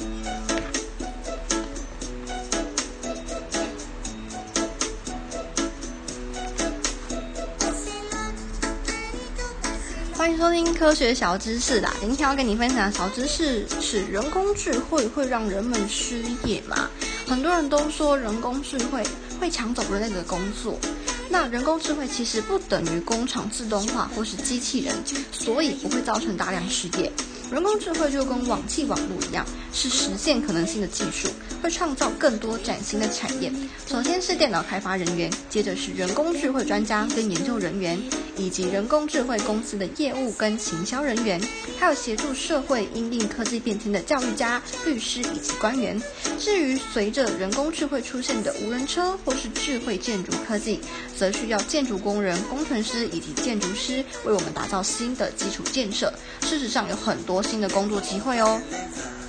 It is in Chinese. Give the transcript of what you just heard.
欢迎收听科学小知识啦！今天要跟你分享的小知识是人工智慧会让人们失业吗？很多人都说人工智慧会抢走人类的工作，那人工智慧其实不等于工厂自动化或是机器人，所以不会造成大量失业。人工智慧就跟网际网络一样，是实现可能性的技术，会创造更多崭新的产业。首先是电脑开发人员，接着是人工智慧专家跟研究人员，以及人工智慧公司的业务跟行销人员，还有协助社会因应科技变迁的教育家、律师以及官员。至于随着人工智慧出现的无人车或是智慧建筑科技，则需要建筑工人、工程师以及建筑师为我们打造新的基础建设。事实上有很多新的工作机会哦。